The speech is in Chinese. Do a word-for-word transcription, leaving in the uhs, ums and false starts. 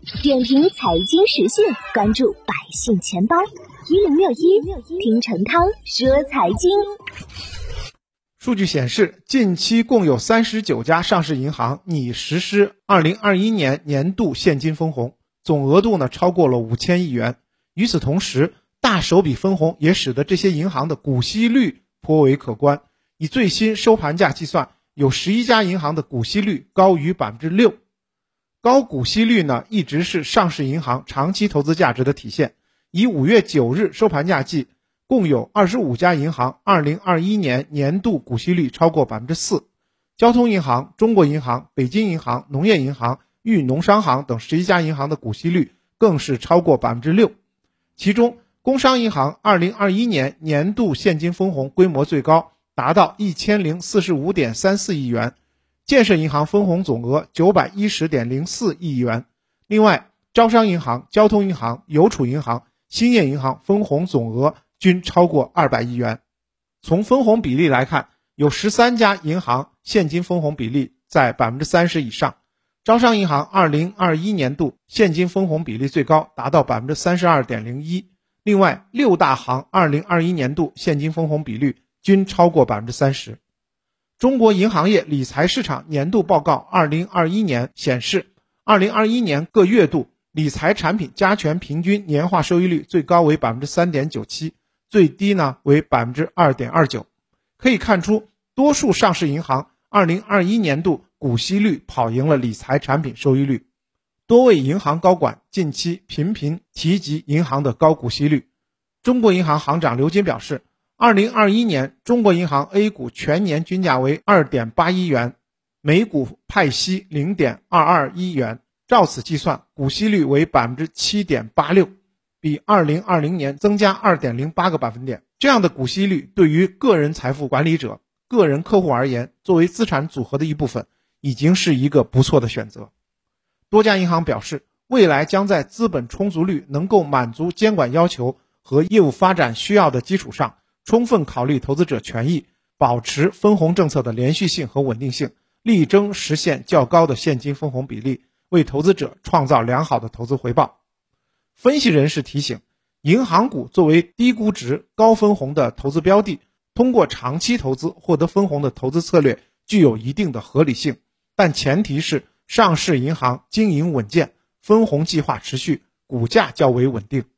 点评财经时讯，关注百姓钱包一零六一，听陈涛说财经。 数据显示，近期共有三十九家上市银行拟实施二零二一年年度现金分红，总额度呢超过了五千亿元。与此同时，大手笔分红也使得这些银行的股息率颇为可观。以最新收盘价计算，有十一家银行的股息率高于 百分之六。高股息率呢，一直是上市银行长期投资价值的体现。以五月九日收盘价计，共有二十五家银行二零二一年年度股息率超过 百分之四。交通银行、中国银行、北京银行、农业银行、豫农商行等十一家银行的股息率更是超过 百分之六。其中，工商银行二零二一年年度现金分红规模最高，达到 一千零四十五点三四亿元。建设银行分红总额 九百一十点零四亿元。另外，招商银行、交通银行、邮储银行、兴业银行分红总额均超过二百亿元。从分红比例来看，有十三家银行现金分红比例在 百分之三十 以上。招商银行二零二一年度现金分红比例最高，达到 百分之三十二点零一。另外，六大行二零二一年度现金分红比率均超过 百分之三十。中国银行业理财市场年度报告二零二一年显示，二零二一年各月度理财产品加权平均年化收益率最高为 百分之三点九七， 最低呢为 百分之二点二九。 可以看出，多数上市银行二零二一年度股息率跑赢了理财产品收益率。多位银行高管近期频频提及银行的高股息率。中国银行行长刘金表示，二零二一年中国银行 A 股全年均价为 二点八一元，每股派息 零点二二一元，照此计算，股息率为 百分之七点八六， 比二零二零年增加 二点零八个百分点。这样的股息率对于个人财富管理者、个人客户而言，作为资产组合的一部分，已经是一个不错的选择。多家银行表示，未来将在资本充足率能够满足监管要求和业务发展需要的基础上，充分考虑投资者权益，保持分红政策的连续性和稳定性，力争实现较高的现金分红比例，为投资者创造良好的投资回报。分析人士提醒，银行股作为低估值、高分红的投资标的，通过长期投资获得分红的投资策略具有一定的合理性，但前提是上市银行经营稳健，分红计划持续，股价较为稳定。